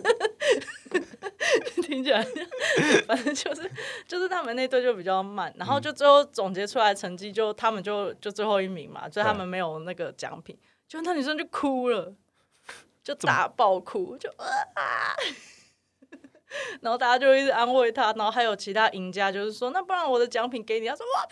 听起来，反正就是就是他们那队就比较慢，然后就最后总结出来成绩就他们就就最后一名嘛，所以他们没有那个奖品，就那女生就哭了，就大爆哭，就啊，然后大家就一直安慰她，然后还有其他赢家就是说，那不然我的奖品给你，他说我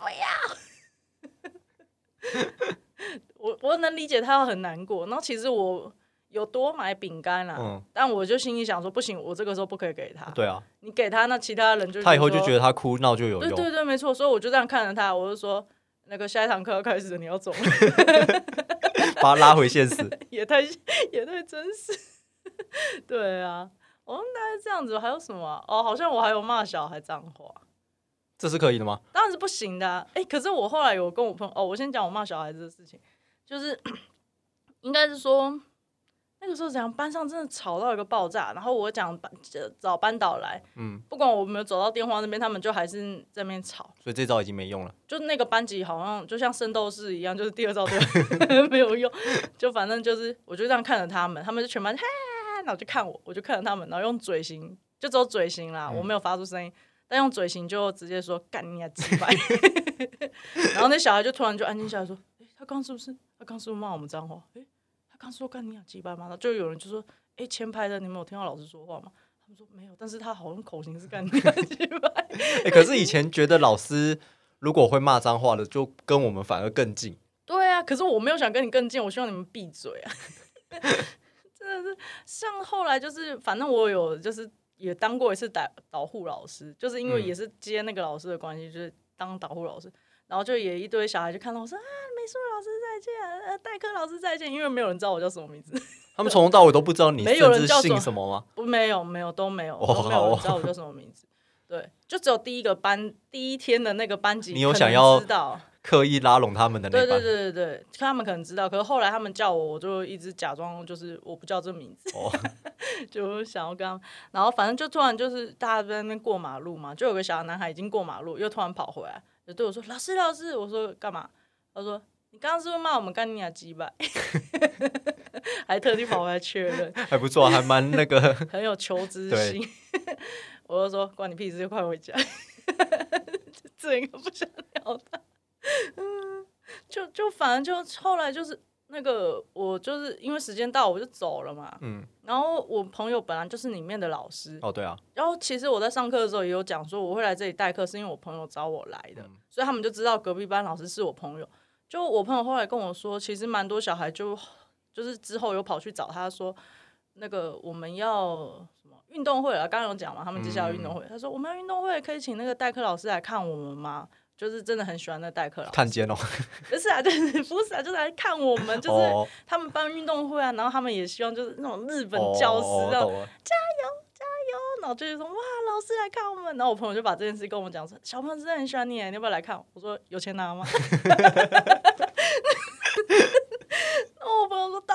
不要，我我能理解他很难过，然后其实我。有多买饼干啦、嗯，但我就心里想说，不行，我这个时候不可以给他。 对啊， 你给他，那其他人就他以后就觉得他哭闹就有用。 对对对，没错。所以我就这样看着他，我就说，那个下一堂课要开始了，你要走了， 把他拉回现实， 也太也太真实。对啊，我们大概这样子，还有什么、啊？哦，好像我还有骂小孩脏话， 这是可以的吗？ 当然是不行的、啊。哎、欸，可是我后来有跟我朋友，哦，我先讲我骂小孩子的事情，就是应该是说。那个时候怎样？班上真的吵到一个爆炸，然后我讲找班导来，嗯，不管我有没有走到电话那边，他们就还是在那边吵。 所以这招已经没用了。 就那个班级好像就像圣斗士一样，就是第二招对没有用。就反正就是，我就这样看着他们，他们就全班，然后就看我，我就看着他们，然后用嘴型，就只有嘴型啦，嗯、我没有发出声音，但用嘴型就直接说干你啊鸡掰。然后那小孩就突然就安静下来说，欸、他刚是不是他刚是不是骂我们脏话？欸刚说干你俩鸡掰吗？就有人就说：“哎、欸，前排的你们有听到老师说话吗？”他们说没有，但是他好像口型是干你俩鸡掰。 欸、可是以前觉得老师如果会骂脏话的，就跟我们反而更近。 对啊，可是我没有想跟你更近，我希望你们闭嘴啊！真的是，像后来就是，反正我有就是也当过一次导导护老师，就是因为也是接那个老师的关系，就是当导护老师。然后就也一堆小孩就看到我说啊，美术老师再见，呃，代课老师再见，因为没有人知道我叫什么名字。 他们从头到尾都不知道你甚至姓什么吗？ 不，没有，没有，都没有，都没有人知道我叫什么名字。对，就只有第一个班第一天的那个班级， 你有想要刻意拉拢他们的那班？ 对对对对对，他们可能知道，可是后来他们叫我，我就一直假装就是我不叫这名字，哦、就想要跟他们。然后反正就突然就是大家在那边过马路嘛，就有个小男孩已经过马路，又突然跑回来。就对我说：“老师，老师。”我说：“干嘛？”他说：“你刚刚是不是骂我们干你俩鸡掰？”还特地跑回来确认， 还不错，还蛮那个， 很有求知心。我就说：“关你屁事，就快回家。”这个不想聊他。嗯，就就反正就后来就是那个，我就是因为时间到，我就走了嘛。嗯。然后我朋友本来就是里面的老师。 哦，对啊。 然后其实我在上课的时候也有讲说，我会来这里代课是因为我朋友找我来的，嗯、所以他们就知道隔壁班老师是我朋友。就我朋友后来跟我说，其实蛮多小孩就就是之后有跑去找他说，那个我们要什么运动会啊？刚刚有讲嘛，他们接下来运动会，嗯、他说我们要运动会可以请那个代课老师来看我们吗？就是真的很喜欢那代课老师， 看见哦， 不是啊，就是不是啊，就是来看我们，就是他们办运动会啊，然后他们也希望就是那种日本教师那种、哦、加油加油，然后就是说哇，老师来看我们，然后我朋友就把这件事跟我讲说，小朋友真的很喜欢你，你要不要来看？我说有钱拿吗？然后我朋友说当然没有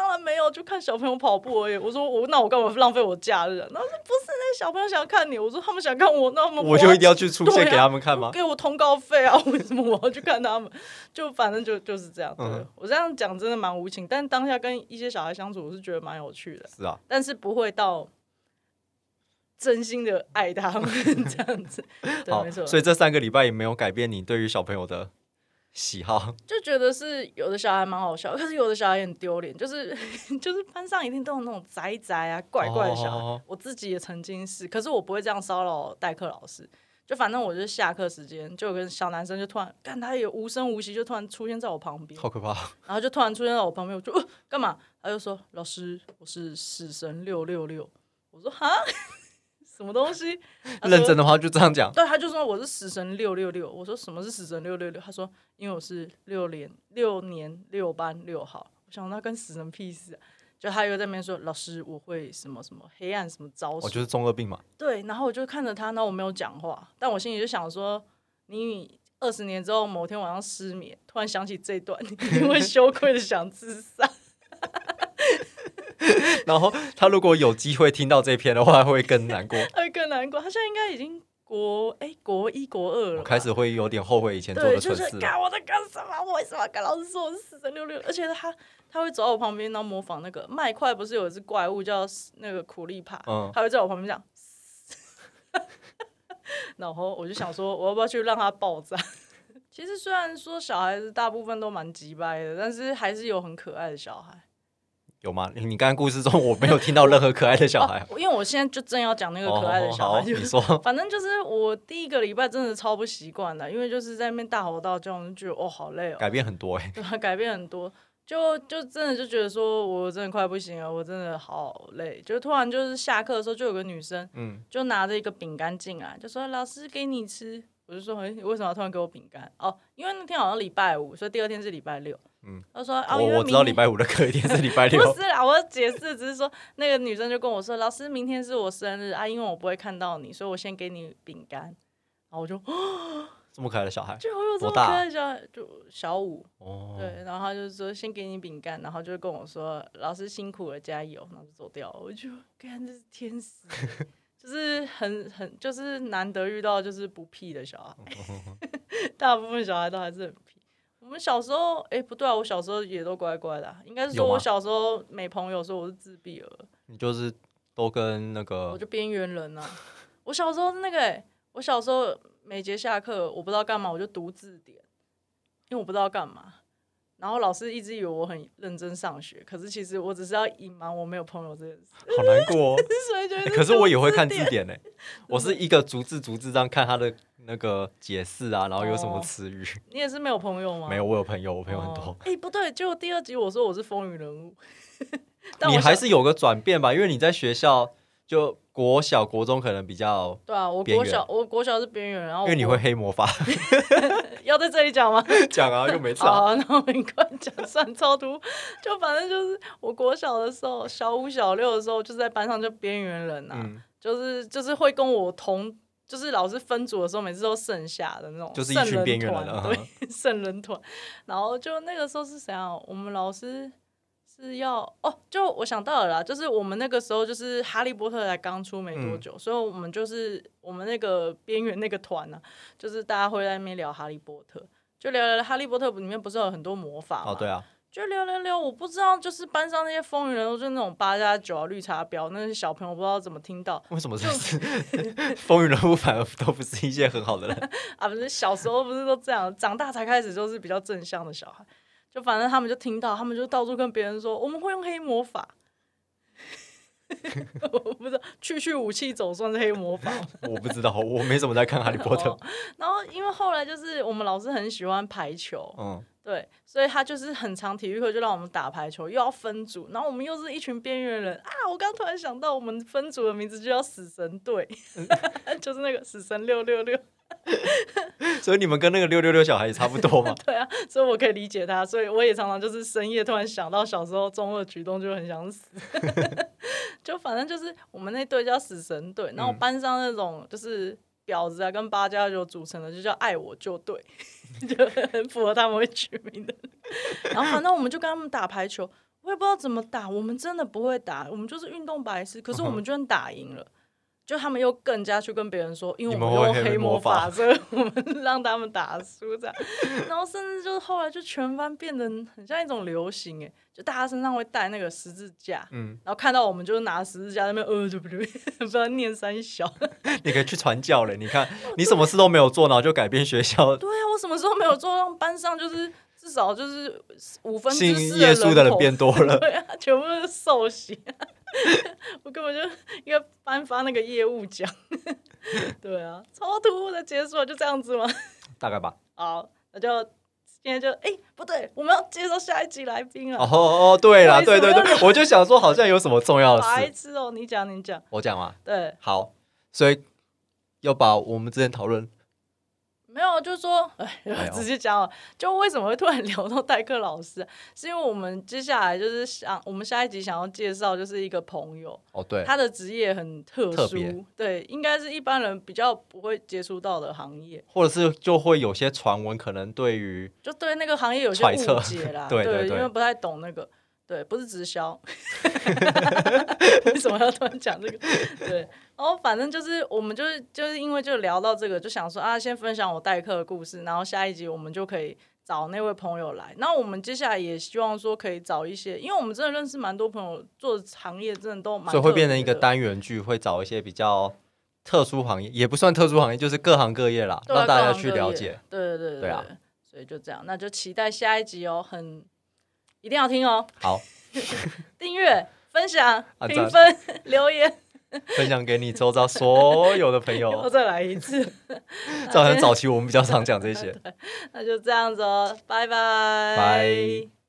就看小朋友跑步而已。我说我那我干嘛浪费我假日啊？然后说不是，那小朋友想要看你。我说他们想看我，那他们我就一定要去出现给他们看吗？ 啊、给我通告费啊！为什么我要去看他们？就反正就就是这样。对、嗯、我这样讲真的蛮无情，但当下跟一些小孩相处，我是觉得蛮有趣的。 是啊， 但是不会到真心的爱他们这样子。对，没错。 所以这三个礼拜也没有改变你对于小朋友的喜好， 就觉得是有的小孩蛮好笑，可是有的小孩也很丢脸，就是就是班上一定都有那种宅宅啊、怪怪的小孩。Oh. 我自己也曾经是，可是我不会这样骚扰代课老师。就反正我就是下课时间，就有个小男生就突然，干他也无声无息，就突然出现在我旁边， 好可怕。 然后就突然出现在我旁边，我就呃干嘛？他就说：“老师，我是死神六六六。”我说：“哈。”什么东西？ 认真的话就这样讲。 对，他就说我是死神六六六。我说什么是死神六六六？他说因为我是六年六年六班六号。我想那跟死神屁事啊！就他又在那边说老师我会什么什么黑暗什么招数。 我、哦、就是中二病嘛。 对，然后我就看着他，然后我没有讲话，但我心里就想说，你二十年之后某天晚上失眠，突然想起这段，你一定会羞愧的想自杀。 然后他如果有机会听到这篇的话，会更难过。 会更难过。他现在应该已经国哎国一国二了， 我开始会有点后悔以前做的蠢事。 对，就是干我在干什么？我为什么要跟老师说我是死神六六？而且他他会走到我旁边，然后模仿那个麦块，不是有一只怪物叫那个苦力怕，嗯、他会在我旁边讲。然后我就想说，我要不要去让他爆炸？其实虽然说小孩子大部分都蛮鸡掰的，但是还是有很可爱的小孩。 有吗？你刚刚故事中我没有听到任何可爱的小孩。 哦、因为我现在就正要讲那个可爱的小孩， 哦、你说。 反正就是我第一个礼拜真的超不习惯的，因为就是在那边大吼大叫，我就觉得哦好累哦。 改变很多哎、欸。 对，改变很多，就就真的就觉得说我真的快不行了，我真的好累。就突然就是下课的时候，就有个女生，嗯，就拿着一个饼干进来，就说老师给你吃。我就说，哎、欸，为什么要突然给我饼干？哦，因为那天好像礼拜五，所以第二天是礼拜六。嗯，他说啊， 我我知道礼拜五的课一定是礼拜六。 不是啦，我解释只是说，那个女生就跟我说，老师明天是我生日啊，因为我不会看到你，所以我先给你饼干。然后我就，哦， 这么可爱的小孩， 就有这么可爱的小孩，就小五。哦，对，然后他就说先给你饼干，然后就跟我说老师辛苦了，加油，然后就走掉了。我就，看这是天使。就是很很就是难得遇到就是不屁的小孩，大部分小孩都还是很屁。我们小时候，哎、欸、不对啊，我小时候也都乖乖的、啊，应该是说我小时候没朋友，所以我是自闭儿。 你就是都跟那个， 我就边缘人啊。我小时候那个、欸，我小时候每节下课我不知道干嘛，我就读字典，因为我不知道干嘛。然后老师一直以为我很认真上学，可是其实我只是要隐瞒我没有朋友这件事。 好难过、哦。 所以觉得可是我也会看字典诶、欸，我是一个逐字逐字这样看他的那个解释啊，然后有什么词语、哦。 你也是没有朋友吗？ 没有，我有朋友，我朋友很多。 哎、哦欸，不对，结果第二集我说我是风云人物。 你还是有个转变吧，因为你在学校就国小、国中可能比较对啊，我国小我国小是边缘，然后因为你会黑魔法。 要在这里讲吗？ 讲啊，又没差。 好，那我们快讲，算超图。就反正就是我国小的时候，小五、小六的时候，就是在班上就边缘人啊，嗯、就是就是会跟我同，就是老师分组的时候，每次都剩下的那种， 就是一群边缘人了， 对，圣人团。然后就那个时候是谁啊？我们老师是要哦，就我想到了啦，就是我们那个时候就是哈利波特才刚出没多久，嗯、所以我们就是我们那个边缘那个团呢、啊，就是大家会在那边聊哈利波特，就聊聊哈利波特里面不是有很多魔法吗？ 哦，对啊， 就聊聊聊，我不知道，就是班上那些风云人物，就是那种八加九啊、绿茶婊，那些小朋友不知道怎么听到。 为什么是风云人物反而都不是一些很好的人啊？不是小时候不是都这样，长大才开始就是比较正向的小孩。就反正他们就听到，他们就到处跟别人说我们会用黑魔法。我不知道去去武器走算是黑魔法吗？ 我不知道，我没怎么在看哈利波特、 哦。然后因为后来就是我们老师很喜欢排球，嗯，对，所以他就是很常体育课就让我们打排球，又要分组，然后我们又是一群边缘人啊！我刚突然想到，我们分组的名字就叫死神队，就是那个死神六六六。 所以你们跟那个六六六小孩也差不多嘛？ 对啊，所以我可以理解他，所以我也常常就是深夜突然想到小时候中二举动，就很想死。就反正就是我们那队叫死神队，然后班上那种就是婊子啊跟八加九组成的就叫爱我就队，就很符合他们会取名的。然后反正我们就跟他们打排球， 我也不知道怎么打，我们真的不会打，我们就是运动白痴，可是我们居然打赢了。就他们又更加去跟别人说，因为我们用黑魔法，所以我们让他们打输这样。然后甚至就是后来就全班变得很像一种流行哎，就大家身上会带那个十字架，嗯，然后看到我们就是拿十字架在那边呃对不对？不知道念三小。 你可以去传教了，你看你什么事都没有做，然后就改变学校。 对啊，我什么事都没有做，让班上就是至少就是五分之四信耶稣的人变多了。 对啊，全部都是受洗。我根本就应该颁发那个业务奖。对啊，超突兀的结束了，就这样子吗？ 大概吧。 好，那就今天就哎、欸、不对，我们要介绍下一集来宾了。 哦哦，对啦，对对对，我就想说好像有什么重要的事。 白痴哦，你讲你讲。 我讲吗？ 对。 好，所以要把我们之前讨论。 没有，就是说，哎，直接讲了，就为什么会突然聊到代课老师，是因为我们接下来就是想，我们下一集想要介绍就是一个朋友， 哦，对， 他的职业很特殊， 特别对，应该是一般人比较不会接触到的行业， 或者是就会有些传闻，可能对于就对那个行业有些误解啦， 对对对， 因为不太懂那个。对，不是直销。为什么要突然讲这个？对，然后反正就是我们就是就是因为就聊到这个，就想说啊，先分享我代课的故事，然后下一集我们就可以找那位朋友来。那我们接下来也希望说可以找一些，因为我们真的认识蛮多朋友，做的行业真的都蛮特别的， 所以会变成一个单元剧，会找一些比较特殊行业，也不算特殊行业，就是各行各业啦， 啊、 让大家去了解。 对对对对, 对啊， 所以就这样，那就期待下一集哦，很。一定要听哦！ 好， 订阅、分享、评分、留言， 分享给你周遭所有的朋友。 我再来一次， 这好像早期我们比较常讲这些。 那就这样子哦，拜拜。 拜。